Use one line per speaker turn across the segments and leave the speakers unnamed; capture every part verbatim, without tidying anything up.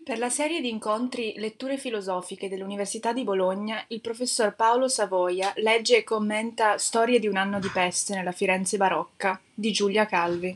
Per la serie di incontri Letture filosofiche dell'Università di Bologna, il professor Paolo Savoia legge e commenta Storie di un anno di peste nella Firenze barocca di Giulia Calvi.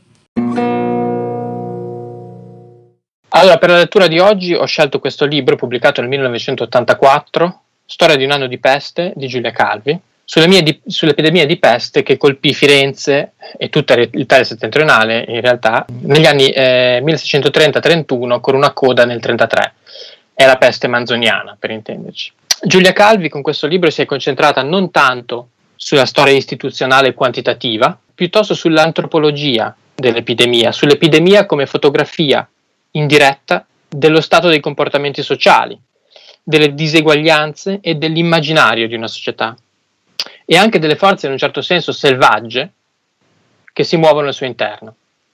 Allora, per la lettura di oggi ho scelto questo libro pubblicato nel millenovecentottantaquattro, Storia di un anno di peste di Giulia Calvi, sulle mie di, sull'epidemia di peste che colpì Firenze e tutta l'Italia settentrionale in realtà negli anni eh, milleseicentotrenta trentuno con una coda nel trentatré. È la peste manzoniana, per intenderci. Giulia Calvi con questo libro si è concentrata non tanto sulla storia istituzionale e quantitativa, piuttosto sull'antropologia dell'epidemia, sull'epidemia come fotografia indiretta dello stato dei comportamenti sociali, delle diseguaglianze e dell'immaginario di una società, e anche delle forze in un certo senso selvagge che si muovono al suo interno.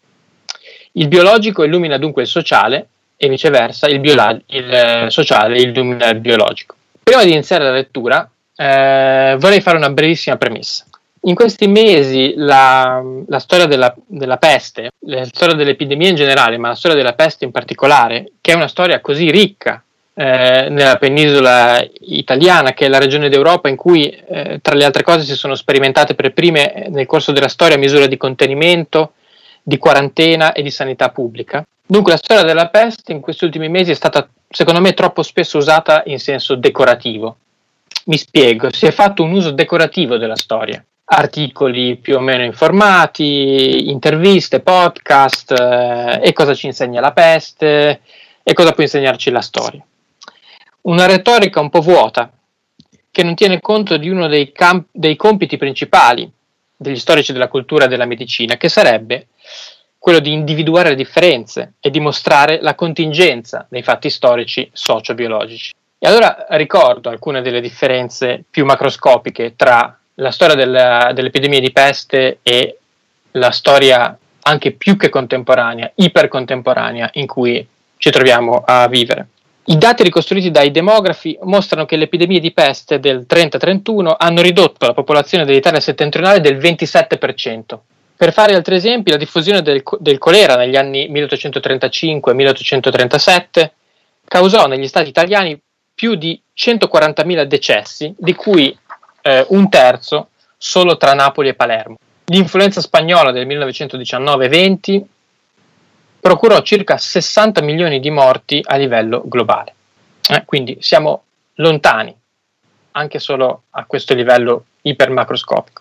Il biologico illumina dunque il sociale e viceversa il, biola- il sociale illumina il biologico. Prima di iniziare la lettura eh, vorrei fare una brevissima premessa. In questi mesi la, la storia della, della peste, la storia dell'epidemia in generale, ma la storia della peste in particolare, che è una storia così ricca eh, nella penisola italiana, che è la regione d'Europa in cui eh, tra le altre cose si sono sperimentate per prime eh, nel corso della storia misure di contenimento, di quarantena e di sanità pubblica. Dunque la storia della peste in questi ultimi mesi è stata, secondo me, troppo spesso usata in senso decorativo. Mi spiego, si è fatto un uso decorativo della storia. Articoli più o meno informati, interviste, podcast, eh, e cosa ci insegna la peste e cosa può insegnarci la storia. Una retorica un po' vuota, che non tiene conto di uno dei, camp- dei compiti principali degli storici della cultura e della medicina, che sarebbe quello di individuare le differenze e di mostrare la contingenza dei fatti storici socio-biologici. E allora ricordo alcune delle differenze più macroscopiche tra la storia del, dell'epidemia di peste e la storia anche più che contemporanea, ipercontemporanea, in cui ci troviamo a vivere. I dati ricostruiti dai demografi mostrano che le epidemie di peste del trenta trentuno hanno ridotto la popolazione dell'Italia settentrionale del ventisette per cento. Per fare altri esempi, la diffusione del, del colera negli anni milleottocentotrentacinque milleottocentotrentasette causò negli stati italiani più di centoquarantamila decessi, di cui eh, un terzo solo tra Napoli e Palermo. L'influenza spagnola del millenovecentodiciannove venti procurò circa sessanta milioni di morti a livello globale. Eh, quindi siamo lontani, anche solo a questo livello ipermacroscopico.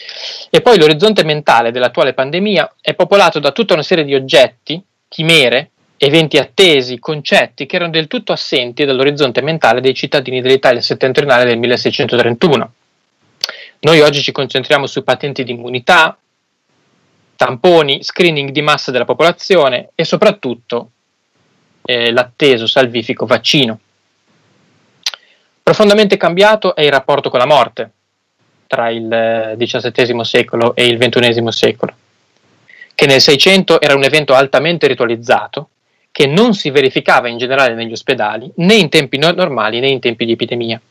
E poi l'orizzonte mentale dell'attuale pandemia è popolato da tutta una serie di oggetti, chimere, eventi attesi, concetti che erano del tutto assenti dall'orizzonte mentale dei cittadini dell'Italia settentrionale del milleseicentotrentuno. Noi oggi ci concentriamo su patenti di immunità, tamponi, screening di massa della popolazione e soprattutto eh, l'atteso salvifico vaccino. Profondamente cambiato è il rapporto con la morte tra il diciassettesimo secolo e il ventunesimo secolo, che nel Seicento era un evento altamente ritualizzato, che non si verificava in generale negli ospedali, né in tempi normali né in tempi di epidemia.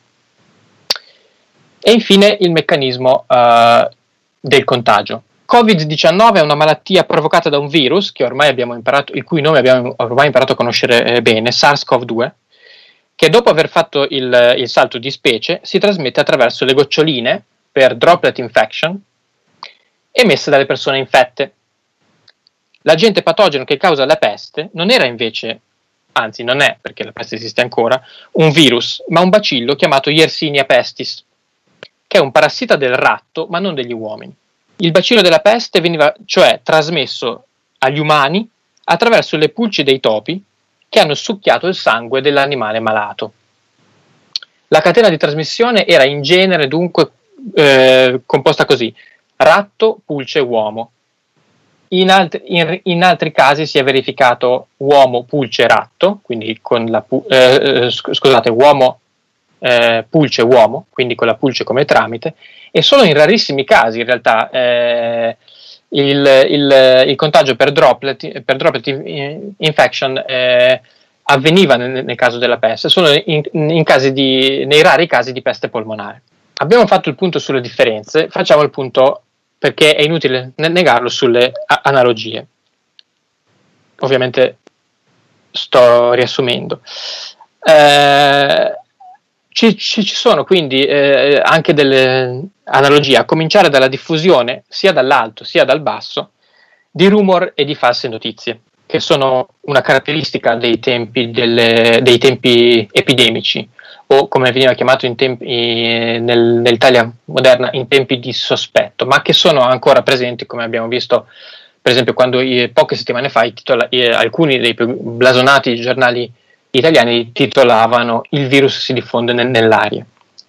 E infine il meccanismo uh, del contagio. covid diciannove è una malattia provocata da un virus che ormai abbiamo imparato, il cui nome abbiamo ormai imparato a conoscere eh, bene, SARS-CoV due, che dopo aver fatto il, il salto di specie si trasmette attraverso le goccioline per droplet infection emesse dalle persone infette. L'agente patogeno che causa la peste non era invece, anzi non è, perché la peste esiste ancora, un virus, ma un bacillo chiamato Yersinia pestis, che è un parassita del ratto, ma non degli uomini. Il bacillo della peste veniva cioè trasmesso agli umani attraverso le pulci dei topi che hanno succhiato il sangue dell'animale malato. La catena di trasmissione era in genere dunque eh, composta così: ratto, pulce, uomo. In altri, in, in altri casi si è verificato uomo, pulce, ratto, quindi con la pu- eh, scusate, uomo, eh, pulce, uomo, quindi con la pulce come tramite, e solo in rarissimi casi in realtà eh, il, il, il contagio per droplet, per droplet infection eh, avveniva nel, nel caso della peste, solo in, in casi di, nei rari casi di peste polmonare. Abbiamo fatto il punto sulle differenze, facciamo il punto, perché è inutile negarlo, sulle a- analogie. Ovviamente sto riassumendo. Eh, ci, ci, ci sono quindi eh, anche delle analogie, a cominciare dalla diffusione sia dall'alto sia dal basso di rumor e di false notizie, che sono una caratteristica dei tempi, delle, dei tempi epidemici, o come veniva chiamato in tempi, nel, nell'Italia moderna in tempi di sospetto, ma che sono ancora presenti, come abbiamo visto per esempio quando eh, poche settimane fa i titola, eh, alcuni dei più blasonati giornali italiani titolavano "Il virus si diffonde nel, nell'aria".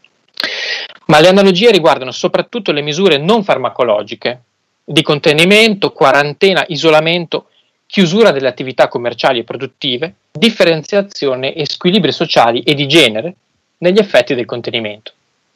Ma le analogie riguardano soprattutto le misure non farmacologiche di contenimento, quarantena, isolamento, chiusura delle attività commerciali e produttive, differenziazione e squilibri sociali e di genere negli effetti del contenimento.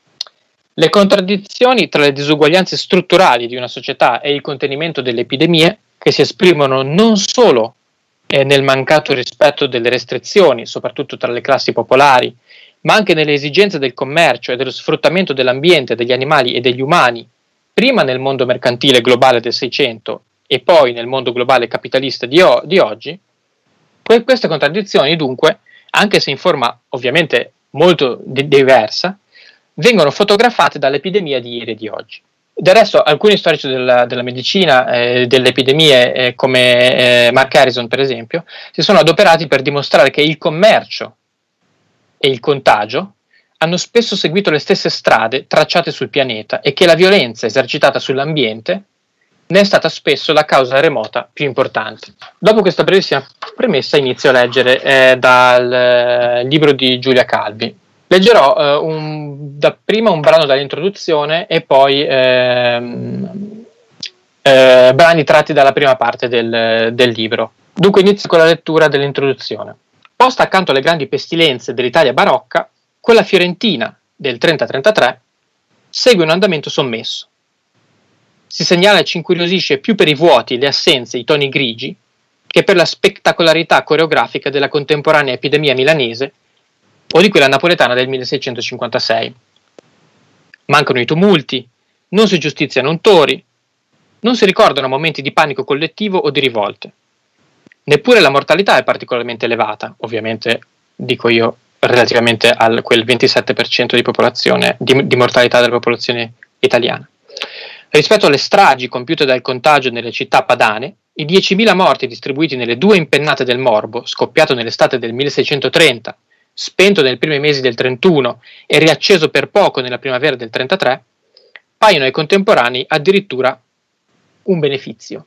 Le contraddizioni tra le disuguaglianze strutturali di una società e il contenimento delle epidemie, che si esprimono non solo eh, nel mancato rispetto delle restrizioni, soprattutto tra le classi popolari, ma anche nelle esigenze del commercio e dello sfruttamento dell'ambiente, degli animali e degli umani, prima nel mondo mercantile globale del Seicento e poi nel mondo globale capitalista di, o- di oggi. Que- queste contraddizioni, dunque, anche se in forma ovviamente molto di- diversa, vengono fotografate dall'epidemia di ieri e di oggi. Del resto, alcuni storici della, della medicina, eh, delle epidemie, eh, come eh, Mark Harrison per esempio, si sono adoperati per dimostrare che il commercio e il contagio hanno spesso seguito le stesse strade tracciate sul pianeta e che la violenza esercitata sull'ambiente ne è stata spesso la causa remota più importante. Dopo questa brevissima premessa inizio a leggere eh, dal eh, libro di Giulia Calvi. Leggerò eh, un, dapprima un brano dall'introduzione e poi ehm, eh, brani tratti dalla prima parte del, del libro. Dunque inizio con la lettura dell'introduzione. Posta accanto alle grandi pestilenze dell'Italia barocca, quella fiorentina del trenta trentatré segue un andamento sommesso. Si segnala e ci incuriosisce più per i vuoti, le assenze, i toni grigi, che per la spettacolarità coreografica della contemporanea epidemia milanese o di quella napoletana del milleseicentocinquantasei. Mancano i tumulti, non si giustiziano untori, non si ricordano momenti di panico collettivo o di rivolte. Neppure la mortalità è particolarmente elevata, ovviamente, dico io, relativamente a quel ventisette per cento di popolazione, di, di mortalità della popolazione italiana. Rispetto alle stragi compiute dal contagio nelle città padane, i diecimila morti distribuiti nelle due impennate del morbo, scoppiato nell'estate del milleseicentotrenta, spento nei primi mesi del trentuno e riacceso per poco nella primavera del trentatré, paiono ai contemporanei addirittura un beneficio.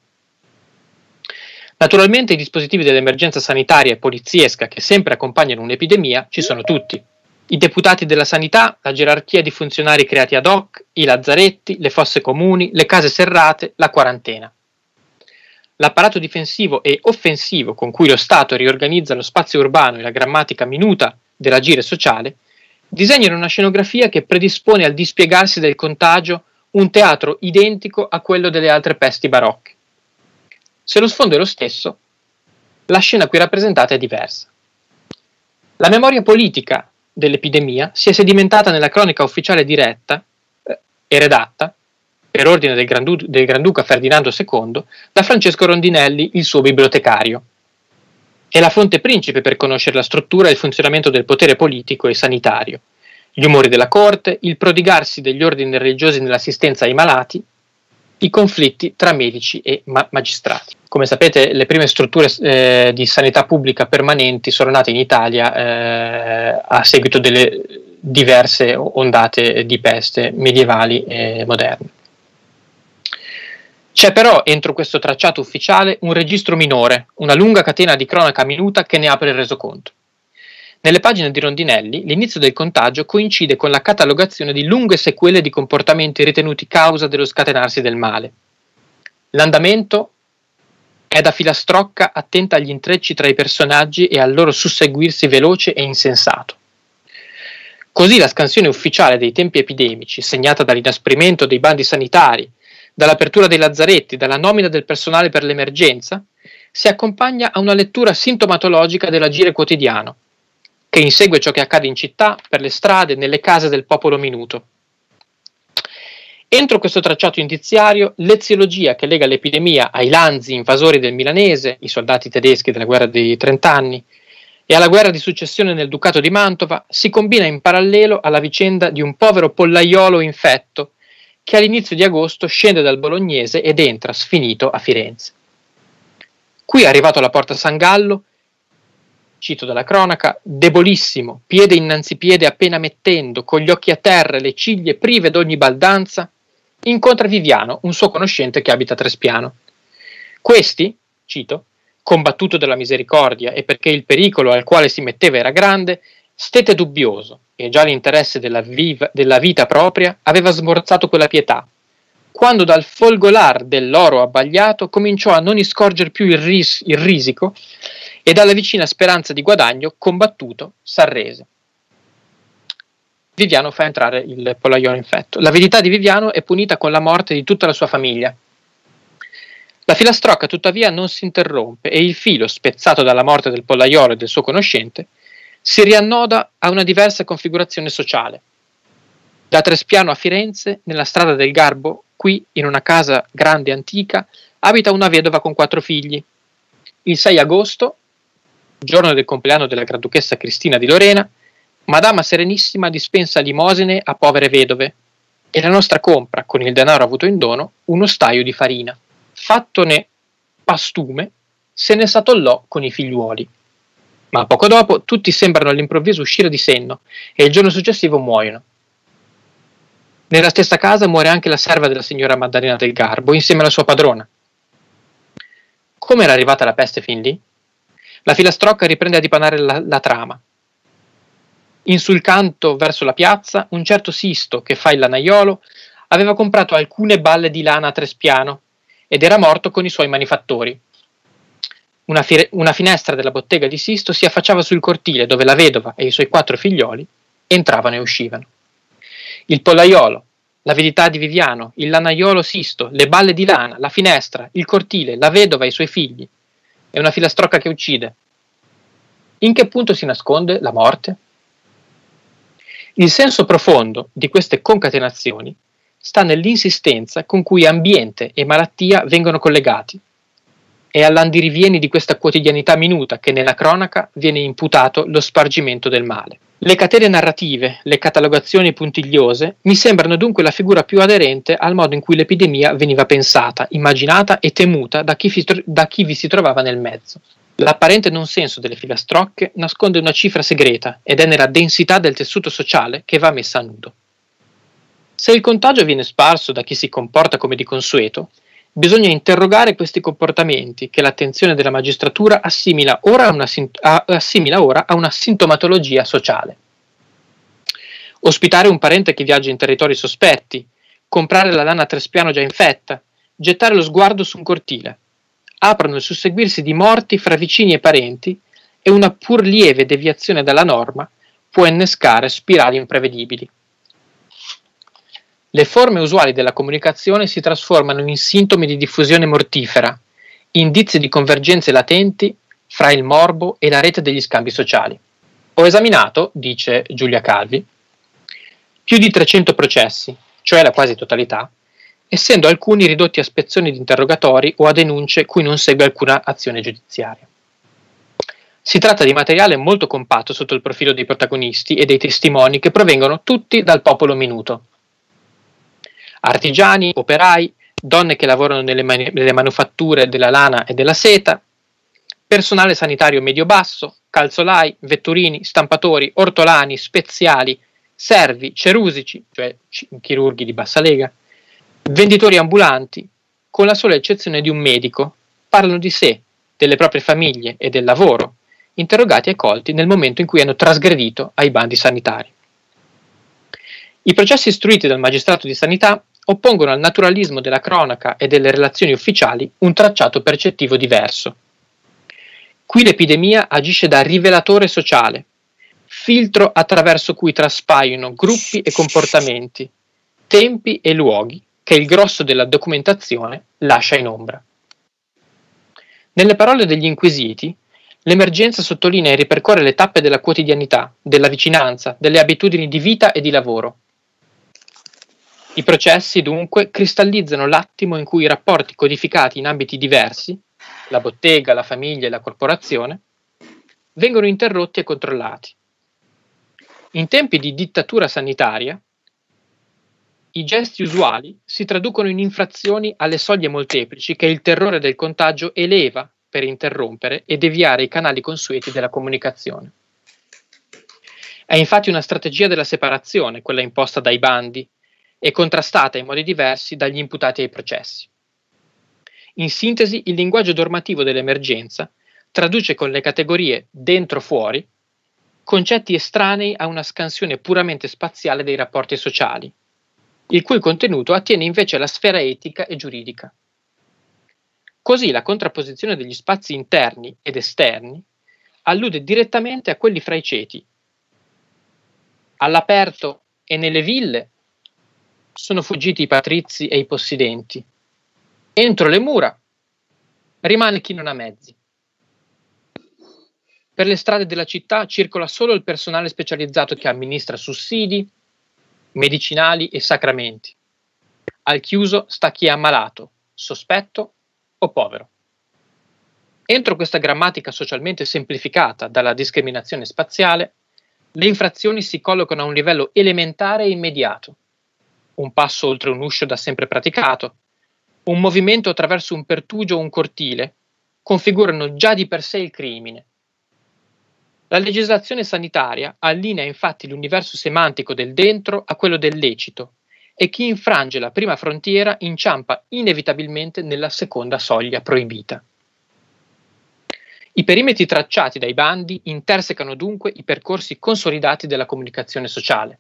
Naturalmente i dispositivi dell'emergenza sanitaria e poliziesca che sempre accompagnano un'epidemia ci sono tutti. I deputati della sanità, la gerarchia di funzionari creati ad hoc, i lazzaretti, le fosse comuni, le case serrate, la quarantena. L'apparato difensivo e offensivo con cui lo Stato riorganizza lo spazio urbano e la grammatica minuta dell'agire sociale disegnano una scenografia che predispone al dispiegarsi del contagio un teatro identico a quello delle altre pesti barocche. Se lo sfondo è lo stesso, la scena qui rappresentata è diversa. La memoria politica dell'epidemia si è sedimentata nella cronica ufficiale diretta eh, e redatta, per ordine del, Grandu- del Granduca Ferdinando secondo, da Francesco Rondinelli, il suo bibliotecario. È la fonte principe per conoscere la struttura e il funzionamento del potere politico e sanitario, gli umori della corte, il prodigarsi degli ordini religiosi nell'assistenza ai malati, i conflitti tra medici e ma- magistrati. Come sapete, le prime strutture eh, di sanità pubblica permanenti sono nate in Italia eh, a seguito delle diverse ondate di peste medievali e moderne. C'è però, entro questo tracciato ufficiale, un registro minore, una lunga catena di cronaca minuta che ne apre il resoconto. Nelle pagine di Rondinelli, l'inizio del contagio coincide con la catalogazione di lunghe sequele di comportamenti ritenuti causa dello scatenarsi del male. L'andamento è da filastrocca attenta agli intrecci tra i personaggi e al loro susseguirsi veloce e insensato. Così la scansione ufficiale dei tempi epidemici, segnata dall'inasprimento dei bandi sanitari, dall'apertura dei lazzaretti, dalla nomina del personale per l'emergenza, si accompagna a una lettura sintomatologica dell'agire quotidiano, che insegue ciò che accade in città, per le strade, nelle case del popolo minuto. Entro questo tracciato indiziario, l'eziologia che lega l'epidemia ai lanzi invasori del milanese, i soldati tedeschi della guerra dei trent'anni, e alla guerra di successione nel Ducato di Mantova si combina in parallelo alla vicenda di un povero pollaiolo infetto che all'inizio di agosto scende dal Bolognese ed entra sfinito a Firenze. Qui, arrivato alla Porta San Gallo, cito dalla cronaca, debolissimo, piede innanzi piede appena mettendo, con gli occhi a terra e le ciglia prive d'ogni baldanza, incontra Viviano, un suo conoscente che abita a Trespiano. Questi, cito, combattuto dalla misericordia e perché il pericolo al quale si metteva era grande, stette dubbioso e già l'interesse della, viva, della vita propria aveva smorzato quella pietà, quando dal folgolar dell'oro abbagliato cominciò a non iscorger più il, ris- il risico e dalla vicina speranza di guadagno combattuto s'arrese. Viviano fa entrare il pollaiolo infetto. L'avidità di Viviano è punita con la morte di tutta la sua famiglia. La filastrocca tuttavia non si interrompe e il filo, spezzato dalla morte del pollaiolo e del suo conoscente, si riannoda a una diversa configurazione sociale. Da Trespiano a Firenze, nella strada del Garbo, qui, in una casa grande e antica, abita una vedova con quattro figli. Il sei agosto, giorno del compleanno della Granduchessa Cristina di Lorena, Madama Serenissima dispensa limosine a povere vedove e la nostra compra, con il denaro avuto in dono, uno staio di farina. Fattone pastume, se ne s'atollò con i figliuoli. Ma poco dopo tutti sembrano all'improvviso uscire di senno e il giorno successivo muoiono. Nella stessa casa muore anche la serva della signora Maddalena del Garbo insieme alla sua padrona. Come era arrivata la peste fin lì? La filastrocca riprende a dipanare la, la trama. In sul canto verso la piazza, un certo Sisto, che fa il lanaiolo, aveva comprato alcune balle di lana a Trespiano ed era morto con i suoi manifattori. Una, fire- una finestra della bottega di Sisto si affacciava sul cortile dove la vedova e i suoi quattro figlioli entravano e uscivano. Il pollaiolo, l'avidità di Viviano, il lanaiolo Sisto, le balle di lana, la finestra, il cortile, la vedova e i suoi figli. È una filastrocca che uccide. In che punto si nasconde la morte? Il senso profondo di queste concatenazioni sta nell'insistenza con cui ambiente e malattia vengono collegati. È all'andirivieni di questa quotidianità minuta che nella cronaca viene imputato lo spargimento del male. Le catene narrative, le catalogazioni puntigliose, mi sembrano dunque la figura più aderente al modo in cui l'epidemia veniva pensata, immaginata e temuta da chi, fi- da chi vi si trovava nel mezzo. L'apparente non senso delle filastrocche nasconde una cifra segreta ed è nella densità del tessuto sociale che va messa a nudo. Se il contagio viene sparso da chi si comporta come di consueto, bisogna interrogare questi comportamenti che l'attenzione della magistratura assimila ora a una, assimila ora a una sintomatologia sociale. Ospitare un parente che viaggia in territori sospetti, comprare la lana a Trespiano già infetta, gettare lo sguardo su un cortile. Aprono il susseguirsi di morti fra vicini e parenti e una pur lieve deviazione dalla norma può innescare spirali imprevedibili. Le forme usuali della comunicazione si trasformano in sintomi di diffusione mortifera, indizi di convergenze latenti fra il morbo e la rete degli scambi sociali. Ho esaminato, dice Giulia Calvi, più di trecento processi, cioè la quasi totalità, essendo alcuni ridotti a spezzoni di interrogatori o a denunce cui non segue alcuna azione giudiziaria. Si tratta di materiale molto compatto sotto il profilo dei protagonisti e dei testimoni che provengono tutti dal popolo minuto. Artigiani, operai, donne che lavorano nelle, man- nelle manufatture della lana e della seta, personale sanitario medio-basso, calzolai, vetturini, stampatori, ortolani, speziali, servi, cerusici, cioè c- chirurghi di bassa lega, venditori ambulanti, con la sola eccezione di un medico, parlano di sé, delle proprie famiglie e del lavoro, interrogati e colti nel momento in cui hanno trasgredito ai bandi sanitari. I processi istruiti dal magistrato di sanità oppongono al naturalismo della cronaca e delle relazioni ufficiali un tracciato percettivo diverso. Qui l'epidemia agisce da rivelatore sociale, filtro attraverso cui traspaiono gruppi e comportamenti, tempi e luoghi che il grosso della documentazione lascia in ombra. Nelle parole degli inquisiti, l'emergenza sottolinea e ripercorre le tappe della quotidianità, della vicinanza, delle abitudini di vita e di lavoro. I processi, dunque, cristallizzano l'attimo in cui i rapporti codificati in ambiti diversi, la bottega, la famiglia e la corporazione, vengono interrotti e controllati. In tempi di dittatura sanitaria, i gesti usuali si traducono in infrazioni alle soglie molteplici che il terrore del contagio eleva per interrompere e deviare i canali consueti della comunicazione. È infatti una strategia della separazione, quella imposta dai bandi, e contrastata in modi diversi dagli imputati ai processi. In sintesi, il linguaggio normativo dell'emergenza traduce con le categorie dentro-fuori concetti estranei a una scansione puramente spaziale dei rapporti sociali, il cui contenuto attiene invece alla sfera etica e giuridica. Così la contrapposizione degli spazi interni ed esterni allude direttamente a quelli fra i ceti. All'aperto e nelle ville sono fuggiti i patrizi e i possidenti. Entro le mura rimane chi non ha mezzi. Per le strade della città circola solo il personale specializzato che amministra sussidi, medicinali e sacramenti. Al chiuso sta chi è ammalato, sospetto o povero. Entro questa grammatica socialmente semplificata dalla discriminazione spaziale, le infrazioni si collocano a un livello elementare e immediato. Un passo oltre un uscio da sempre praticato, un movimento attraverso un pertugio o un cortile, configurano già di per sé il crimine. La legislazione sanitaria allinea infatti l'universo semantico del dentro a quello del lecito, e chi infrange la prima frontiera inciampa inevitabilmente nella seconda soglia proibita. I perimetri tracciati dai bandi intersecano dunque i percorsi consolidati della comunicazione sociale.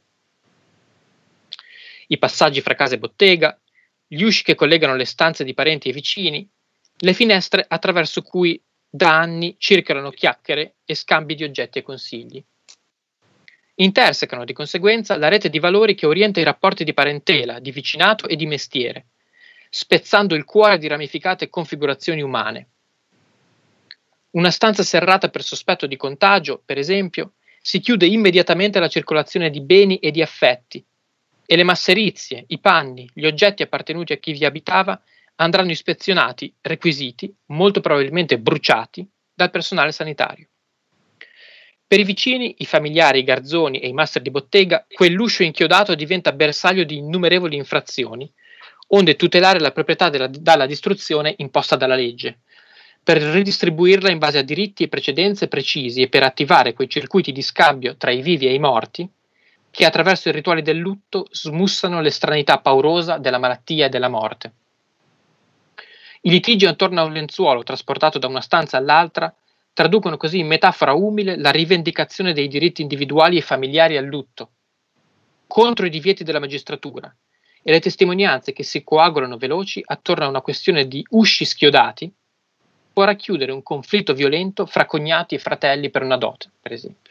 I passaggi fra casa e bottega, gli usci che collegano le stanze di parenti e vicini, le finestre attraverso cui da anni circolano chiacchiere e scambi di oggetti e consigli. Intersecano di conseguenza la rete di valori che orienta i rapporti di parentela, di vicinato e di mestiere, spezzando il cuore di ramificate configurazioni umane. Una stanza serrata per sospetto di contagio, per esempio, si chiude immediatamente alla circolazione di beni e di affetti, e le masserizie, i panni, gli oggetti appartenuti a chi vi abitava andranno ispezionati, requisiti, molto probabilmente bruciati, dal personale sanitario. Per i vicini, i familiari, i garzoni e i master di bottega, quell'uscio inchiodato diventa bersaglio di innumerevoli infrazioni, onde tutelare la proprietà della, dalla distruzione imposta dalla legge, per ridistribuirla in base a diritti e precedenze precisi e per attivare quei circuiti di scambio tra i vivi e i morti, che attraverso i rituali del lutto smussano l'estraneità paurosa della malattia e della morte. I litigi attorno a un lenzuolo trasportato da una stanza all'altra traducono così in metafora umile la rivendicazione dei diritti individuali e familiari al lutto, contro i divieti della magistratura, e le testimonianze che si coagulano veloci attorno a una questione di usci schiodati può racchiudere un conflitto violento fra cognati e fratelli per una dote, per esempio.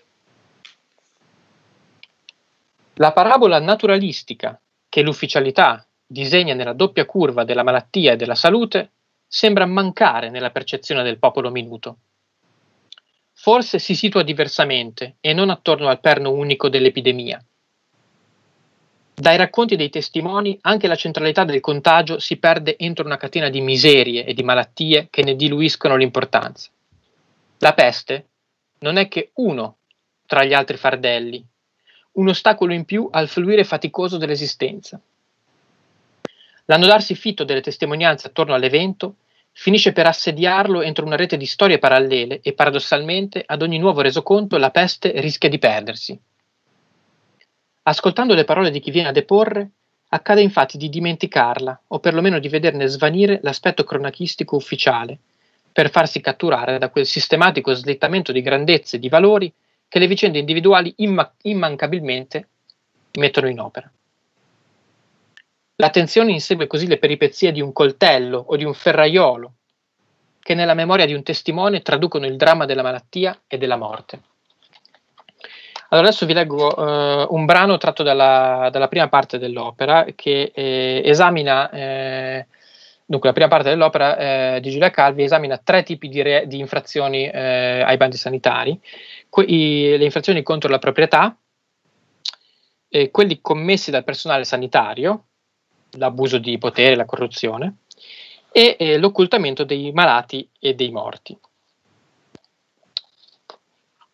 La parabola naturalistica che l'ufficialità disegna nella doppia curva della malattia e della salute sembra mancare nella percezione del popolo minuto. Forse si situa diversamente e non attorno al perno unico dell'epidemia. Dai racconti dei testimoni anche la centralità del contagio si perde entro una catena di miserie e di malattie che ne diluiscono l'importanza. La peste non è che uno tra gli altri fardelli, un ostacolo in più al fluire faticoso dell'esistenza. L'annodarsi fitto delle testimonianze attorno all'evento finisce per assediarlo entro una rete di storie parallele e paradossalmente ad ogni nuovo resoconto la peste rischia di perdersi. Ascoltando le parole di chi viene a deporre, accade infatti di dimenticarla o perlomeno di vederne svanire l'aspetto cronachistico ufficiale, per farsi catturare da quel sistematico slittamento di grandezze e di valori che le vicende individuali imma- immancabilmente mettono in opera. L'attenzione insegue così le peripezie di un coltello o di un ferraiolo, che nella memoria di un testimone traducono il dramma della malattia e della morte. Allora adesso vi leggo eh, un brano tratto dalla, dalla prima parte dell'opera che eh, esamina, eh, dunque la prima parte dell'opera eh, di Giulia Calvi esamina tre tipi di, re, di infrazioni eh, ai bandi sanitari, que- i, le infrazioni contro la proprietà, eh, quelli commessi dal personale sanitario, l'abuso di potere, la corruzione, e eh, l'occultamento dei malati e dei morti.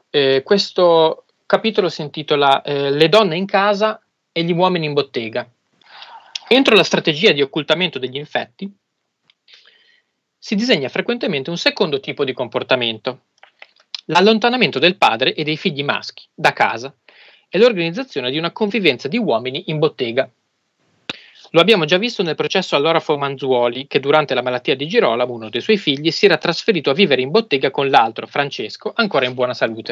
Eh, questo capitolo si intitola eh, Le donne in casa e gli uomini in bottega. Entro la strategia di occultamento degli infetti si disegna frequentemente un secondo tipo di comportamento: l'allontanamento del padre e dei figli maschi da casa e l'organizzazione di una convivenza di uomini in bottega. Lo abbiamo già visto nel processo all'orafo Manzuoli, che durante la malattia di Girolamo, uno dei suoi figli, si era trasferito a vivere in bottega con l'altro, Francesco, ancora in buona salute.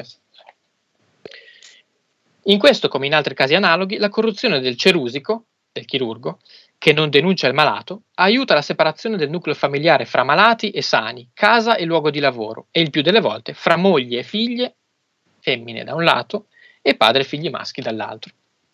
In questo, come in altri casi analoghi, la corruzione del cerusico, del chirurgo, che non denuncia il malato, aiuta la separazione del nucleo familiare fra malati e sani, casa e luogo di lavoro, e il più delle volte fra mogli e figlie, femmine da un lato, e padre e figli maschi dall'altro.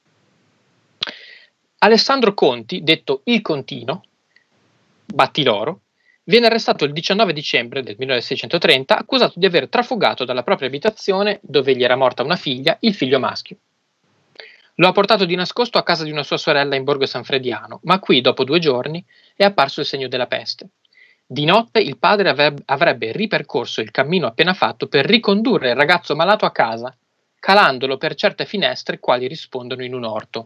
Alessandro Conti, detto il Contino, Battiloro, viene arrestato il diciannove dicembre del milleseicentotrenita, accusato di aver trafugato dalla propria abitazione, dove gli era morta una figlia, il figlio maschio. Lo ha portato di nascosto a casa di una sua sorella in Borgo Sanfrediano, ma qui, dopo due giorni, è apparso il segno della peste. Di notte il padre avrebbe ripercorso il cammino appena fatto per ricondurre il ragazzo malato a casa, calandolo per certe finestre quali rispondono in un orto.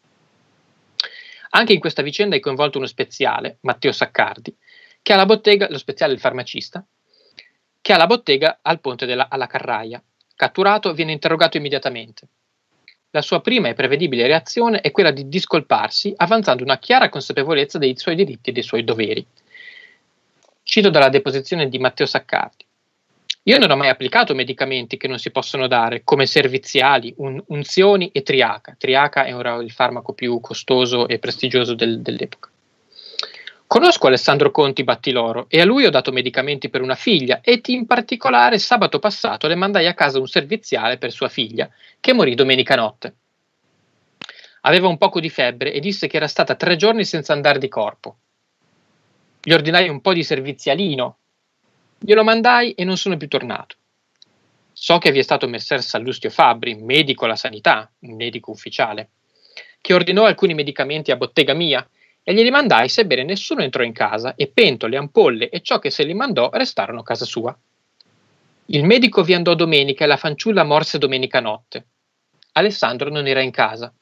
Anche in questa vicenda è coinvolto uno speziale, Matteo Saccardi, che ha la bottega, lo speziale il farmacista, che ha la bottega al ponte della, alla Carraia. Catturato, viene interrogato immediatamente. La sua prima e prevedibile reazione è quella di discolparsi, avanzando una chiara consapevolezza dei suoi diritti e dei suoi doveri. Cito dalla deposizione di Matteo Saccardi. Io non ho mai applicato medicamenti che non si possono dare, come serviziali, un, unzioni e triaca. Triaca è ora il farmaco più costoso e prestigioso del, dell'epoca. Conosco Alessandro Conti Battiloro e a lui ho dato medicamenti per una figlia e in particolare sabato passato le mandai a casa un serviziale per sua figlia, che morì domenica notte. Aveva un poco di febbre e disse che era stata tre giorni senza andare di corpo. Gli ordinai un po' di servizialino. Glielo mandai e non sono più tornato. So che vi è stato messer Sallustio Fabbri, medico alla sanità, un medico ufficiale, che ordinò alcuni medicamenti a bottega mia e glieli mandai sebbene nessuno entrò in casa e pentole, ampolle e ciò che se li mandò restarono a casa sua. Il medico vi andò domenica e la fanciulla morse domenica notte. Alessandro non era in casa.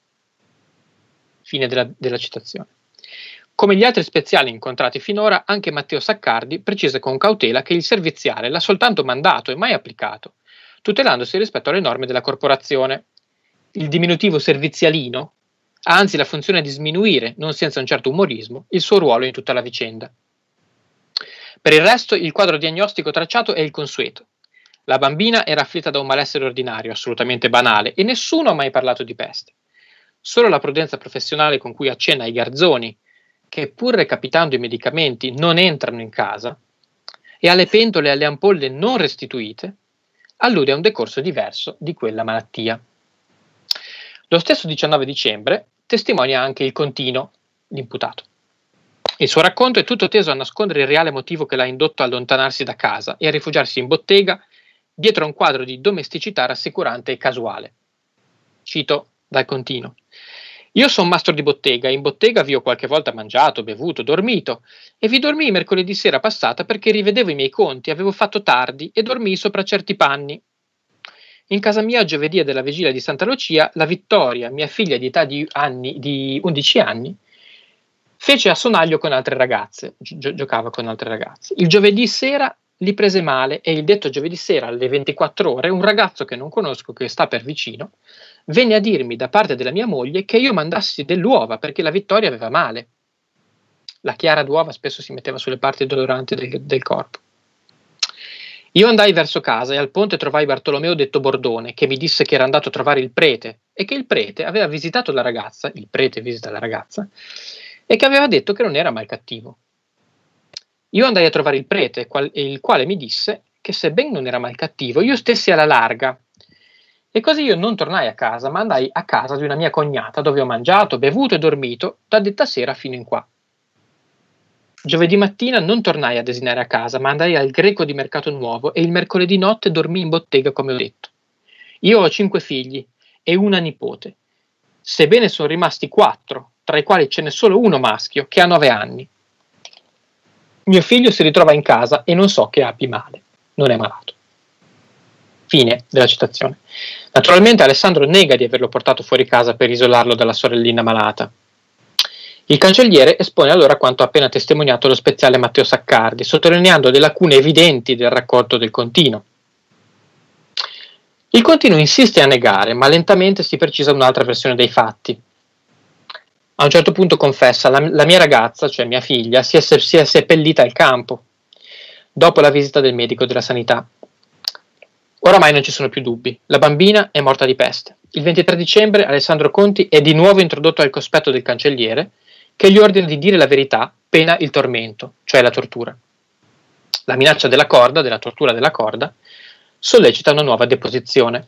Fine della, della citazione. Come gli altri speziali incontrati finora, anche Matteo Saccardi precisa con cautela che il serviziale l'ha soltanto mandato e mai applicato, tutelandosi rispetto alle norme della corporazione. Il diminutivo servizialino ha anzi la funzione di sminuire, non senza un certo umorismo, il suo ruolo in tutta la vicenda. Per il resto, il quadro diagnostico tracciato è il consueto. La bambina era afflitta da un malessere ordinario, assolutamente banale, e nessuno ha mai parlato di peste. Solo la prudenza professionale con cui accenna ai garzoni, che pur recapitando i medicamenti non entrano in casa, e alle pentole e alle ampolle non restituite, allude a un decorso diverso di quella malattia. Lo stesso diciannove dicembre testimonia anche il Contino, l'imputato. Il suo racconto è tutto teso a nascondere il reale motivo che l'ha indotto a allontanarsi da casa e a rifugiarsi in bottega dietro a un quadro di domesticità rassicurante e casuale. Cito dal Contino. Io son mastro di bottega, in bottega vi ho qualche volta mangiato, bevuto, dormito, e vi dormii mercoledì sera passata perché rivedevo i miei conti, avevo fatto tardi e dormii sopra certi panni. In casa mia giovedì della vigilia di Santa Lucia, la Vittoria, mia figlia di età di, anni, di undici anni, fece a sonaglio con altre ragazze, gi- giocava con altre ragazze. Il giovedì sera li prese male e il detto giovedì sera alle ventiquattro ore un ragazzo che non conosco, che sta per vicino, venne a dirmi da parte della mia moglie che io mandassi dell'uova perché la Vittoria aveva male. La chiara d'uova spesso si metteva sulle parti doloranti del, del corpo. Io andai verso casa e al ponte trovai Bartolomeo detto Bordone, che mi disse che era andato a trovare il prete e che il prete aveva visitato la ragazza, il prete visita la ragazza, e che aveva detto che non era mai cattivo. Io andai a trovare il prete, qual, il quale mi disse che sebbene non era mal cattivo, io stessi alla larga. E così io non tornai a casa, ma andai a casa di una mia cognata, dove ho mangiato, bevuto e dormito, da detta sera fino in qua. Giovedì mattina non tornai a desinare a casa, ma andai al Greco di Mercato Nuovo e il mercoledì notte dormii in bottega, come ho detto. Io ho cinque figli e una nipote, sebbene sono rimasti quattro, tra i quali ce n'è solo uno maschio, che ha nove anni. Mio figlio si ritrova in casa e non so che abbia male, non è malato. Fine della citazione. Naturalmente Alessandro nega di averlo portato fuori casa per isolarlo dalla sorellina malata. Il cancelliere espone allora quanto ha appena testimoniato lo speziale Matteo Saccardi, sottolineando le lacune evidenti del racconto del Contino. Il Contino insiste a negare, ma lentamente si precisa un'altra versione dei fatti. A un certo punto confessa: la, la mia ragazza, cioè mia figlia, si è, si è seppellita al campo, dopo la visita del medico della sanità. Oramai non ci sono più dubbi, la bambina è morta di peste. Il ventitré dicembre Alessandro Conti è di nuovo introdotto al cospetto del cancelliere, che gli ordina di dire la verità, pena il tormento, cioè la tortura. La minaccia della corda, della tortura della corda, sollecita una nuova deposizione.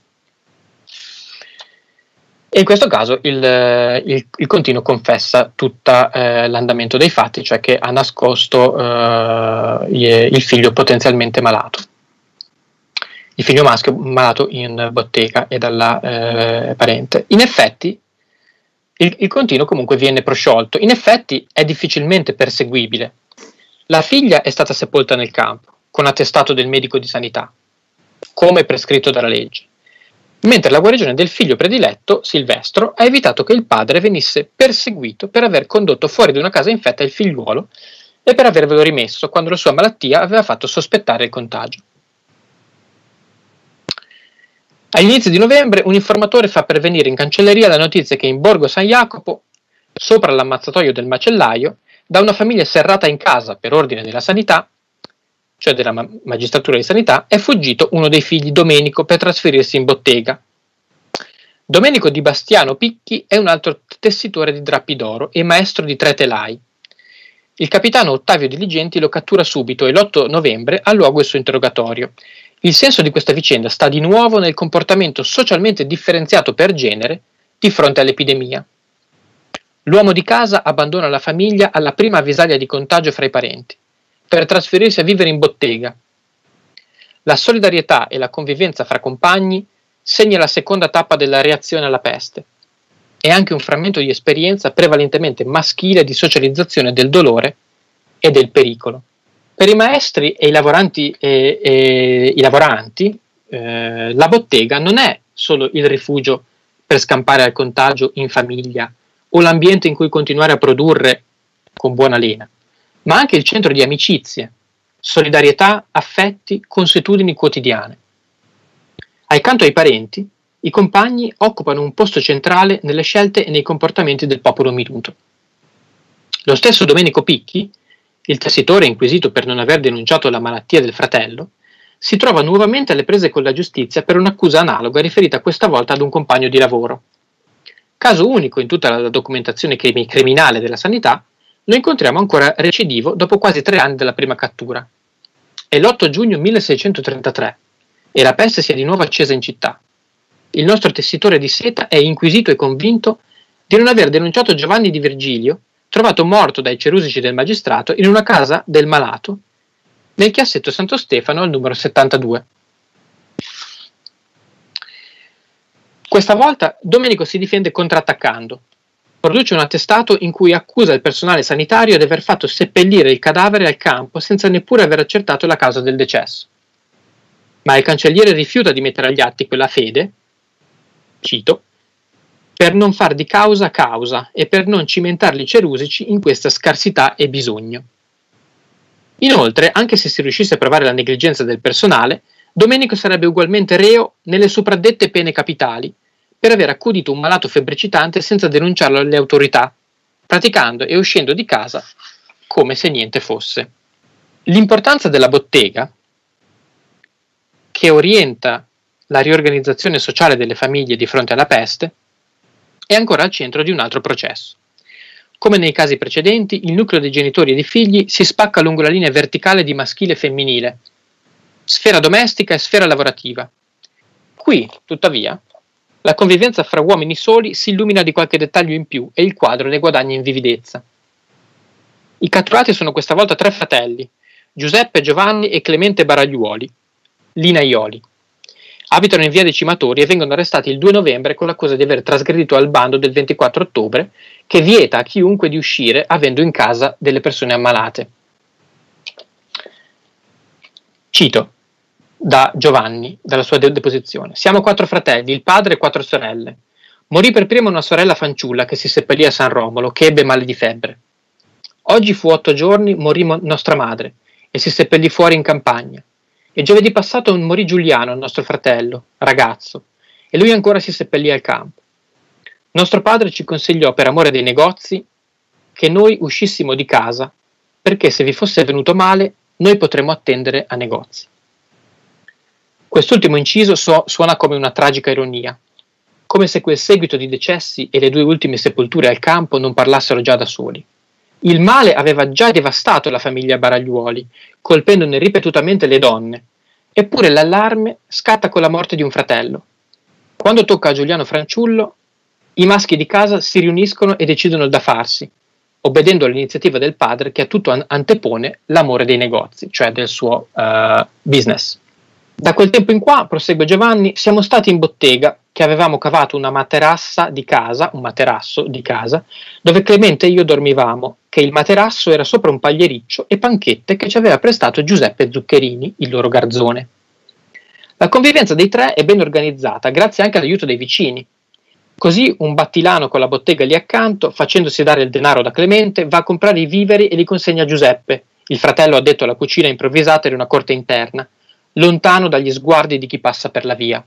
E in questo caso il, il, il Contino confessa tutto eh, l'andamento dei fatti, cioè che ha nascosto eh, il figlio potenzialmente malato. Il figlio maschio malato in bottega e dalla eh, parente. In effetti, il, il Contino comunque viene prosciolto. In effetti è difficilmente perseguibile. La figlia è stata sepolta nel campo, con attestato del medico di sanità, come prescritto dalla legge. Mentre la guarigione del figlio prediletto, Silvestro, ha evitato che il padre venisse perseguito per aver condotto fuori di una casa infetta il figliuolo e per avervelo rimesso quando la sua malattia aveva fatto sospettare il contagio. Agli inizi di novembre un informatore fa pervenire in cancelleria la notizia che in Borgo San Jacopo, sopra l'ammazzatoio del macellaio, da una famiglia serrata in casa per ordine della sanità, cioè della ma- magistratura di sanità, è fuggito uno dei figli, Domenico, per trasferirsi in bottega. Domenico di Bastiano Picchi è un altro tessitore di drappi d'oro e maestro di tre telai. Il capitano Ottavio Diligenti lo cattura subito e l'otto novembre ha luogo il suo interrogatorio. Il senso di questa vicenda sta di nuovo nel comportamento socialmente differenziato per genere di fronte all'epidemia. L'uomo di casa abbandona la famiglia alla prima avvisaglia di contagio fra i parenti, per trasferirsi a vivere in bottega. La solidarietà e la convivenza fra compagni segna la seconda tappa della reazione alla peste. È anche un frammento di esperienza prevalentemente maschile di socializzazione del dolore e del pericolo. Per i maestri e i lavoranti, e, e, i lavoranti eh, la bottega non è solo il rifugio per scampare al contagio in famiglia o l'ambiente in cui continuare a produrre con buona lena, ma anche il centro di amicizie, solidarietà, affetti, consuetudini quotidiane. Accanto ai parenti, i compagni occupano un posto centrale nelle scelte e nei comportamenti del popolo minuto. Lo stesso Domenico Picchi, il tessitore inquisito per non aver denunciato la malattia del fratello, si trova nuovamente alle prese con la giustizia per un'accusa analoga riferita questa volta ad un compagno di lavoro. Caso unico in tutta la documentazione criminale della sanità, lo incontriamo ancora recidivo dopo quasi tre anni dalla prima cattura. È l'otto giugno milleseicentotrentatré e la peste si è di nuovo accesa in città. Il nostro tessitore di seta è inquisito e convinto di non aver denunciato Giovanni di Virgilio, trovato morto dai cerusici del magistrato in una casa del malato nel chiasetto Santo Stefano al numero settantadue. Questa volta Domenico si difende contrattaccando. Produce un attestato in cui accusa il personale sanitario di aver fatto seppellire il cadavere al campo senza neppure aver accertato la causa del decesso. Ma il cancelliere rifiuta di mettere agli atti quella fede, cito, per non far di causa causa e per non cimentarli cerusici in questa scarsità e bisogno. Inoltre, anche se si riuscisse a provare la negligenza del personale, Domenico sarebbe ugualmente reo nelle sopraddette pene capitali per aver accudito un malato febbricitante senza denunciarlo alle autorità, praticando e uscendo di casa come se niente fosse. L'importanza della bottega, che orienta la riorganizzazione sociale delle famiglie di fronte alla peste, è ancora al centro di un altro processo. Come nei casi precedenti, il nucleo dei genitori e dei figli si spacca lungo la linea verticale di maschile e femminile, sfera domestica e sfera lavorativa. Qui, tuttavia, la convivenza fra uomini soli si illumina di qualche dettaglio in più e il quadro ne guadagna in vividezza. I catturati sono questa volta tre fratelli, Giuseppe, Giovanni e Clemente Baragliuoli, Linaioli. Abitano in via dei Cimatori e vengono arrestati il due novembre con l'accusa di aver trasgredito al bando del ventiquattro ottobre che vieta a chiunque di uscire avendo in casa delle persone ammalate. Cito: da Giovanni, dalla sua de- deposizione. Siamo quattro fratelli, il padre e quattro sorelle. Morì per prima una sorella fanciulla che si seppellì a San Romolo, che ebbe male di febbre. Oggi fu otto giorni, morì mo- nostra madre, e si seppellì fuori in campagna. E giovedì passato morì Giuliano, il nostro fratello, ragazzo, e lui ancora si seppellì al campo. Nostro padre ci consigliò, per amore dei negozi, che noi uscissimo di casa, perché se vi fosse venuto male, noi potremmo attendere a negozi. Quest'ultimo inciso su- suona come una tragica ironia, come se quel seguito di decessi e le due ultime sepolture al campo non parlassero già da soli. Il male aveva già devastato la famiglia Baragliuoli, colpendone ripetutamente le donne, eppure l'allarme scatta con la morte di un fratello. Quando tocca a Giuliano Fanciullo, i maschi di casa si riuniscono e decidono da farsi, obbedendo all'iniziativa del padre che a tutto an- antepone l'amore dei negozi, cioè del suo uh, business. Da quel tempo in qua, prosegue Giovanni, siamo stati in bottega che avevamo cavato una materassa di casa, un materasso di casa, dove Clemente e io dormivamo, che il materasso era sopra un pagliericcio e panchette che ci aveva prestato Giuseppe Zuccherini, il loro garzone. La convivenza dei tre è ben organizzata, grazie anche all'aiuto dei vicini. Così un battilano con la bottega lì accanto, facendosi dare il denaro da Clemente, va a comprare i viveri e li consegna a Giuseppe, il fratello addetto alla cucina improvvisata di una corte interna, lontano dagli sguardi di chi passa per la via.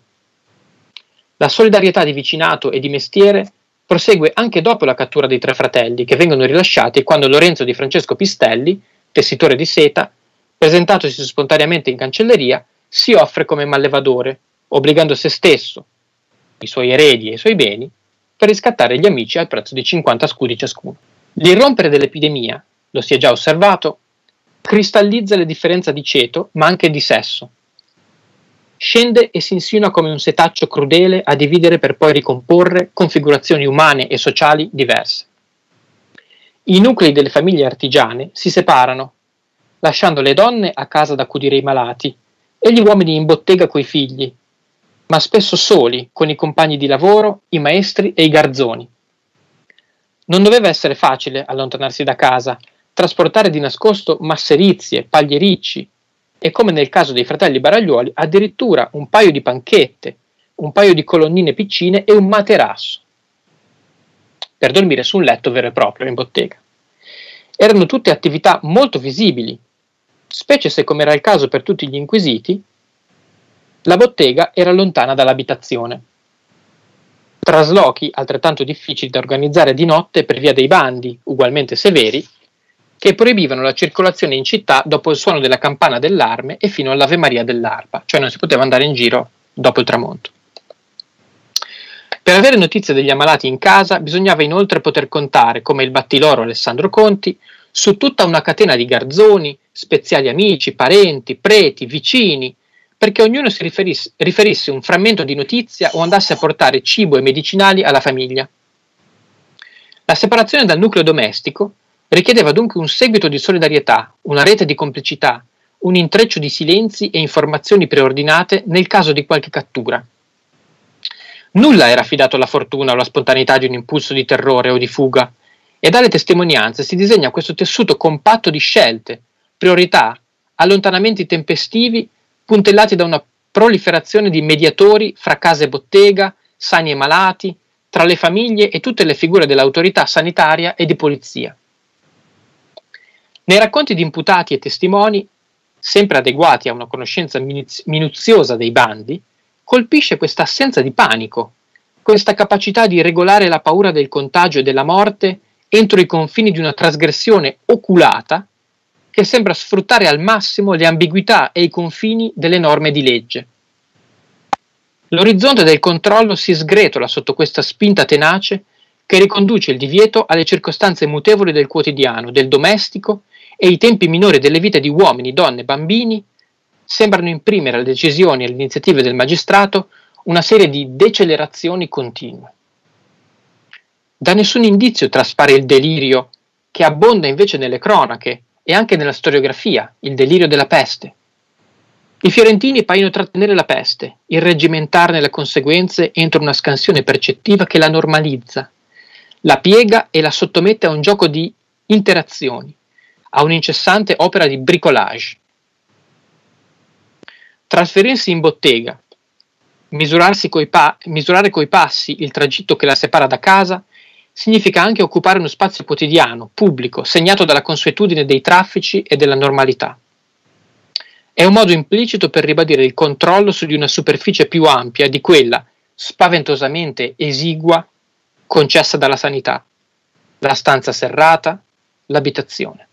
La solidarietà di vicinato e di mestiere prosegue anche dopo la cattura dei tre fratelli, che vengono rilasciati quando Lorenzo di Francesco Pistelli, tessitore di seta, presentatosi spontaneamente in cancelleria, si offre come mallevadore, obbligando se stesso, i suoi eredi e i suoi beni, per riscattare gli amici al prezzo di cinquanta scudi ciascuno. L'irrompere dell'epidemia, lo si è già osservato, cristallizza le differenze di ceto, ma anche di sesso. Scende e si insinua come un setaccio crudele a dividere per poi ricomporre configurazioni umane e sociali diverse. I nuclei delle famiglie artigiane si separano, lasciando le donne a casa ad accudire i malati e gli uomini in bottega coi figli, ma spesso soli con i compagni di lavoro, i maestri e i garzoni. Non doveva essere facile allontanarsi da casa, trasportare di nascosto masserizie, pagliericci e, come nel caso dei fratelli Baragliuoli, addirittura un paio di panchette, un paio di colonnine piccine e un materasso per dormire su un letto vero e proprio in bottega. Erano tutte attività molto visibili, specie se, come era il caso per tutti gli inquisiti, la bottega era lontana dall'abitazione. Traslochi altrettanto difficili da organizzare di notte per via dei bandi, ugualmente severi, che proibivano la circolazione in città dopo il suono della campana dell'arme e fino all'Ave Maria dell'arpa, cioè non si poteva andare in giro dopo il tramonto. Per avere notizie degli ammalati in casa bisognava inoltre poter contare, come il battiloro Alessandro Conti, su tutta una catena di garzoni, speziali amici, parenti, preti, vicini, perché ognuno si riferisse, riferisse un frammento di notizia o andasse a portare cibo e medicinali alla famiglia. La separazione dal nucleo domestico richiedeva dunque un seguito di solidarietà, una rete di complicità, un intreccio di silenzi e informazioni preordinate nel caso di qualche cattura. Nulla era affidato alla fortuna o alla spontaneità di un impulso di terrore o di fuga, e dalle testimonianze si disegna questo tessuto compatto di scelte, priorità, allontanamenti tempestivi puntellati da una proliferazione di mediatori fra casa e bottega, sani e malati, tra le famiglie e tutte le figure dell'autorità sanitaria e di polizia. Nei racconti di imputati e testimoni, sempre adeguati a una conoscenza minuziosa dei bandi, colpisce questa assenza di panico, questa capacità di regolare la paura del contagio e della morte entro i confini di una trasgressione oculata che sembra sfruttare al massimo le ambiguità e i confini delle norme di legge. L'orizzonte del controllo si sgretola sotto questa spinta tenace che riconduce il divieto alle circostanze mutevoli del quotidiano, del domestico, e i tempi minori delle vite di uomini, donne, bambini sembrano imprimere alle decisioni e alle iniziative del magistrato una serie di decelerazioni continue. Da nessun indizio traspare il delirio che abbonda invece nelle cronache e anche nella storiografia, il delirio della peste. I fiorentini paiono trattenere la peste, irreggimentarne le conseguenze entro una scansione percettiva che la normalizza, la piega e la sottomette a un gioco di interazioni, a un'incessante opera di bricolage. Trasferirsi in bottega, misurarsi coi pa- misurare coi passi il tragitto che la separa da casa, significa anche occupare uno spazio quotidiano, pubblico, segnato dalla consuetudine dei traffici e della normalità. È un modo implicito per ribadire il controllo su di una superficie più ampia di quella spaventosamente esigua concessa dalla sanità, la stanza serrata, l'abitazione.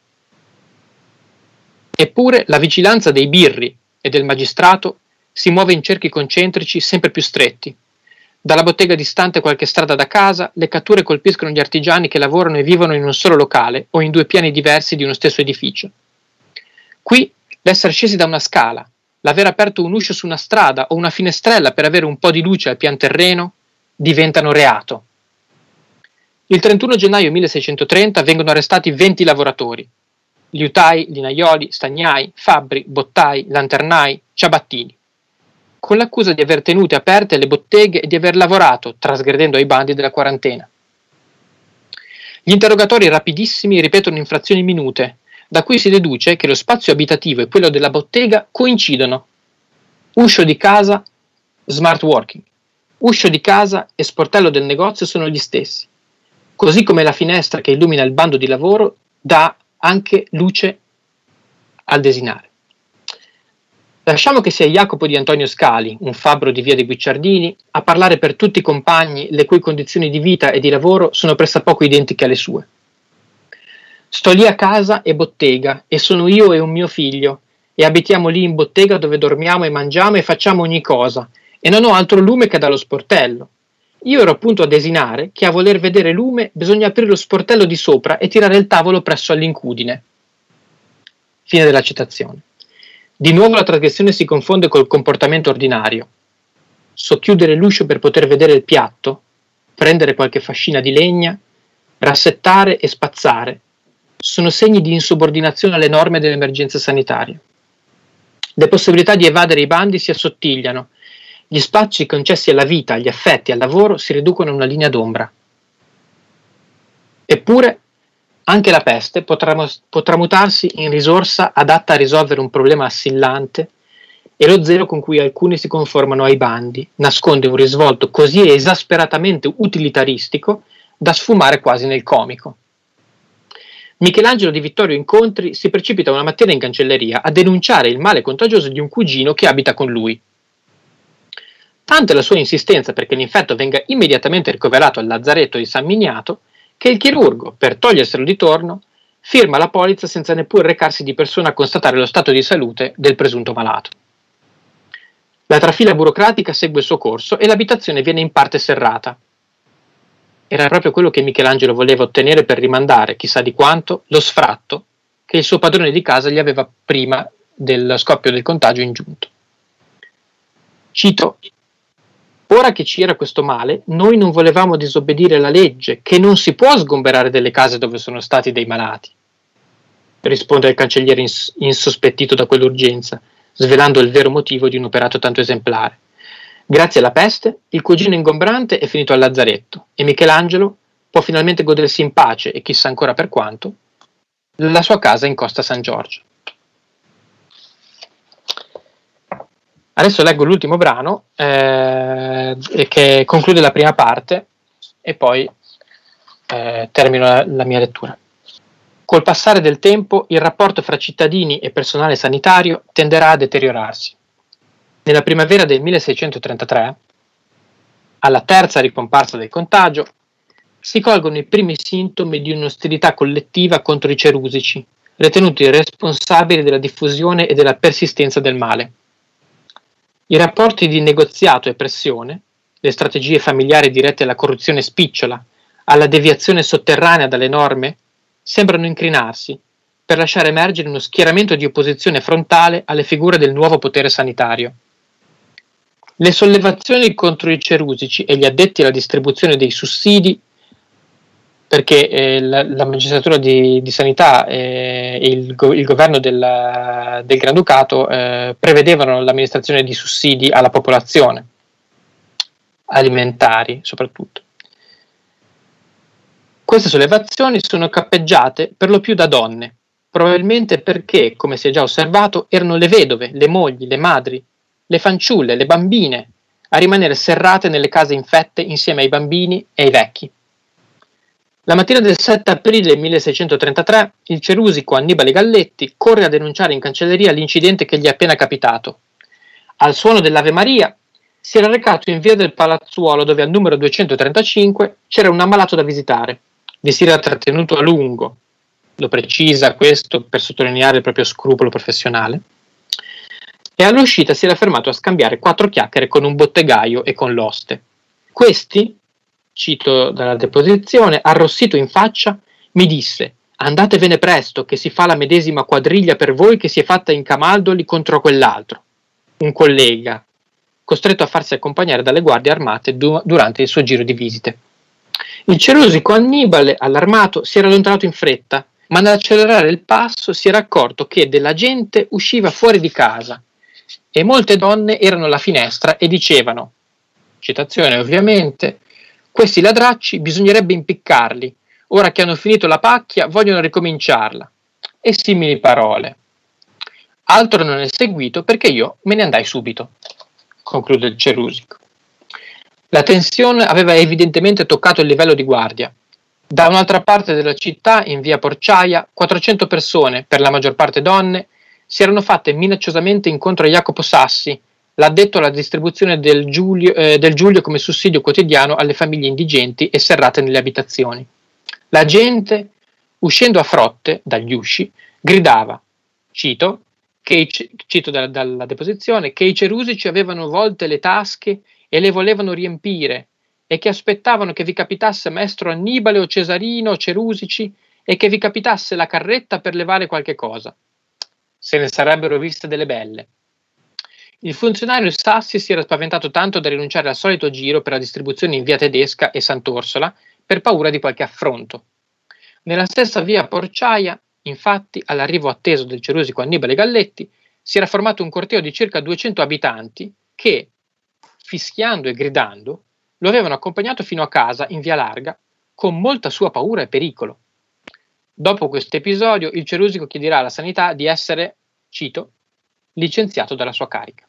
Eppure la vigilanza dei birri e del magistrato si muove in cerchi concentrici sempre più stretti. Dalla bottega distante qualche strada da casa, le catture colpiscono gli artigiani che lavorano e vivono in un solo locale o in due piani diversi di uno stesso edificio. Qui l'essere scesi da una scala, l'aver aperto un uscio su una strada o una finestrella per avere un po' di luce al pian terreno, diventano reato. Il trentuno gennaio milleseicentotrenta vengono arrestati venti lavoratori: liutai, linaioli, stagnai, fabbri, bottai, lanternai, ciabattini, con l'accusa di aver tenute aperte le botteghe e di aver lavorato, trasgredendo ai bandi della quarantena. Gli interrogatori rapidissimi ripetono infrazioni minute, da cui si deduce che lo spazio abitativo e quello della bottega coincidono. Uscio di casa, smart working. Uscio di casa e sportello del negozio sono gli stessi, così come la finestra che illumina il bando di lavoro dà anche luce al desinare. Lasciamo che sia Jacopo di Antonio Scali, un fabbro di via dei Guicciardini, a parlare per tutti i compagni le cui condizioni di vita e di lavoro sono pressappoco identiche alle sue. Sto lì a casa e bottega, e sono io e un mio figlio, e abitiamo lì in bottega dove dormiamo e mangiamo e facciamo ogni cosa, e non ho altro lume che dallo sportello. Io ero appunto a desinare che a voler vedere lume bisogna aprire lo sportello di sopra e tirare il tavolo presso all'incudine. Fine della citazione. Di nuovo la trasgressione si confonde col comportamento ordinario. Socchiudere l'uscio per poter vedere il piatto, prendere qualche fascina di legna, rassettare e spazzare, sono segni di insubordinazione alle norme dell'emergenza sanitaria. Le possibilità di evadere i bandi si assottigliano, gli spazi concessi alla vita, agli affetti, al lavoro si riducono a una linea d'ombra. Eppure, anche la peste potrà, potrà mutarsi in risorsa adatta a risolvere un problema assillante, e lo zelo con cui alcuni si conformano ai bandi nasconde un risvolto così esasperatamente utilitaristico da sfumare quasi nel comico. Michelangelo di Vittorio Incontri si precipita una mattina in cancelleria a denunciare il male contagioso di un cugino che abita con lui. Tanta è la sua insistenza perché l'infetto venga immediatamente ricoverato al lazzaretto di San Miniato che il chirurgo, per toglierselo di torno, firma la polizza senza neppure recarsi di persona a constatare lo stato di salute del presunto malato. La trafila burocratica segue il suo corso e l'abitazione viene in parte serrata. Era proprio quello che Michelangelo voleva ottenere per rimandare, chissà di quanto, lo sfratto che il suo padrone di casa gli aveva prima del scoppio del contagio ingiunto. Cito: ora che ci era questo male, noi non volevamo disobbedire alla legge, che non si può sgomberare delle case dove sono stati dei malati, risponde il cancelliere ins- insospettito da quell'urgenza, svelando il vero motivo di un operato tanto esemplare. Grazie alla peste, il cugino ingombrante è finito al lazzaretto e Michelangelo può finalmente godersi in pace, e chissà ancora per quanto, la sua casa in Costa San Giorgio. Adesso leggo l'ultimo brano eh, che conclude la prima parte e poi eh, termino la, la mia lettura. Col passare del tempo il rapporto fra cittadini e personale sanitario tenderà a deteriorarsi. Nella primavera del milleseicentotrentatré, alla terza ricomparsa del contagio, si colgono i primi sintomi di un'ostilità collettiva contro i cerusici, ritenuti responsabili della diffusione e della persistenza del male. I rapporti di negoziato e pressione, le strategie familiari dirette alla corruzione spicciola, alla deviazione sotterranea dalle norme, sembrano incrinarsi per lasciare emergere uno schieramento di opposizione frontale alle figure del nuovo potere sanitario. Le sollevazioni contro i cerusici e gli addetti alla distribuzione dei sussidi, perché eh, la, la magistratura di, di sanità e il, go, il governo del, del Granducato eh, prevedevano l'amministrazione di sussidi alla popolazione, alimentari soprattutto. Queste sollevazioni sono cappeggiate per lo più da donne, probabilmente perché, come si è già osservato, erano le vedove, le mogli, le madri le fanciulle, le bambine, a rimanere serrate nelle case infette insieme ai bambini e ai vecchi. La mattina del sette aprile milleseicentotrentatré il cerusico Annibale Galletti corre a denunciare in cancelleria l'incidente che gli è appena capitato. Al suono dell'Ave Maria si era recato in via del Palazzuolo, dove al numero duecentotrentacinque c'era un ammalato da visitare. Vi si era trattenuto a lungo, lo precisa questo per sottolineare il proprio scrupolo professionale, e all'uscita si era fermato a scambiare quattro chiacchiere con un bottegaio e con l'oste. Questi, cito dalla deposizione, arrossito in faccia, mi disse: «Andatevene presto, che si fa la medesima quadriglia per voi che si è fatta in Camaldoli contro quell'altro». Un collega, costretto a farsi accompagnare dalle guardie armate du- durante il suo giro di visite. Il cerusico Annibale, allarmato, si era allontanato in fretta, ma nell'accelerare il passo si era accorto che della gente usciva fuori di casa e molte donne erano alla finestra e dicevano, citazione ovviamente: «Questi ladracci bisognerebbe impiccarli, ora che hanno finito la pacchia vogliono ricominciarla», e simili parole. Altro non è seguito perché io me ne andai subito, conclude il cerusico. La tensione aveva evidentemente toccato il livello di guardia. Da un'altra parte della città, in via Porciaia, quattrocento persone, per la maggior parte donne, si erano fatte minacciosamente incontro a Jacopo Sassi, l'addetto alla distribuzione del Giulio, eh, del Giulio come sussidio quotidiano alle famiglie indigenti e serrate nelle abitazioni. La gente, uscendo a frotte dagli usci, gridava, cito, che i, cito dalla, dalla deposizione, che i cerusici avevano volte le tasche e le volevano riempire, e che aspettavano che vi capitasse maestro Annibale o Cesarino o Cerusici e che vi capitasse la carretta per levare qualche cosa. Se ne sarebbero viste delle belle. Il funzionario Sassi si era spaventato tanto da rinunciare al solito giro per la distribuzione in via Tedesca e Sant'Orsola per paura di qualche affronto. Nella stessa via Porciaia, infatti, all'arrivo atteso del cerusico Annibale Galletti, si era formato un corteo di circa duecento abitanti che, fischiando e gridando, lo avevano accompagnato fino a casa in via Larga con molta sua paura e pericolo. Dopo questo episodio il cerusico chiederà alla sanità di essere, cito, licenziato dalla sua carica.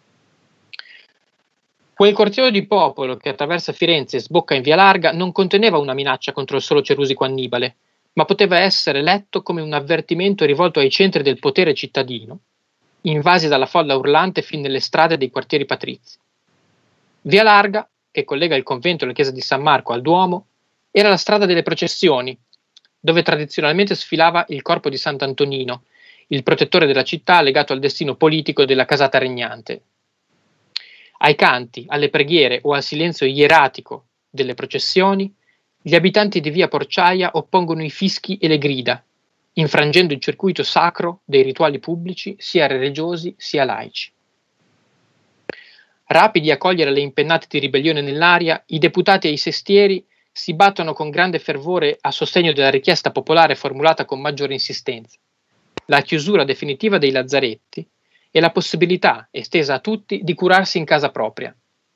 Quel corteo di popolo che attraversa Firenze e sbocca in via Larga non conteneva una minaccia contro il solo cerusico Annibale, ma poteva essere letto come un avvertimento rivolto ai centri del potere cittadino, invasi dalla folla urlante fin nelle strade dei quartieri patrizi. Via Larga, che collega il convento e la chiesa di San Marco al Duomo, era la strada delle processioni, dove tradizionalmente sfilava il corpo di Sant'Antonino, il protettore della città legato al destino politico della casata regnante. Ai canti, alle preghiere o al silenzio ieratico delle processioni, gli abitanti di via Porciaia oppongono i fischi e le grida, infrangendo il circuito sacro dei rituali pubblici sia religiosi sia laici. Rapidi a cogliere le impennate di ribellione nell'aria, i deputati e i sestieri si battono con grande fervore a sostegno della richiesta popolare formulata con maggiore insistenza, la chiusura definitiva dei lazzaretti e la possibilità, estesa a tutti, di curarsi in casa propria.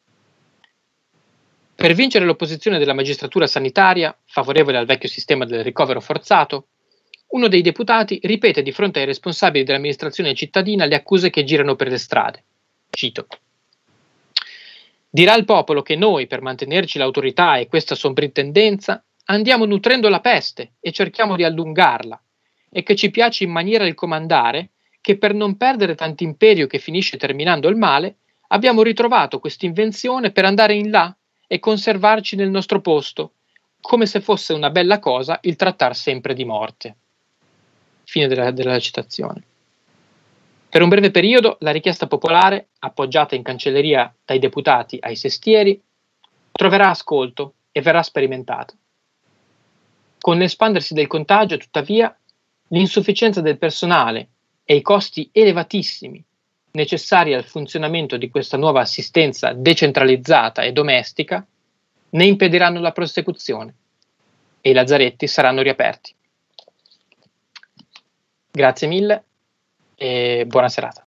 Per vincere l'opposizione della magistratura sanitaria, favorevole al vecchio sistema del ricovero forzato, uno dei deputati ripete di fronte ai responsabili dell'amministrazione cittadina le accuse che girano per le strade. Cito. Dirà il popolo che noi, per mantenerci l'autorità e questa sovrintendenza, andiamo nutrendo la peste e cerchiamo di allungarla, e che ci piace in maniera il comandare, che per non perdere tanto imperio che finisce terminando il male, abbiamo ritrovato questa invenzione per andare in là e conservarci nel nostro posto, come se fosse una bella cosa il trattar sempre di morte. Fine della, della citazione. Per un breve periodo la richiesta popolare, appoggiata in cancelleria dai deputati ai sestieri, troverà ascolto e verrà sperimentata. Con l'espandersi del contagio, tuttavia, l'insufficienza del personale e i costi elevatissimi necessari al funzionamento di questa nuova assistenza decentralizzata e domestica ne impediranno la prosecuzione e i lazzaretti saranno riaperti. Grazie mille e buona serata.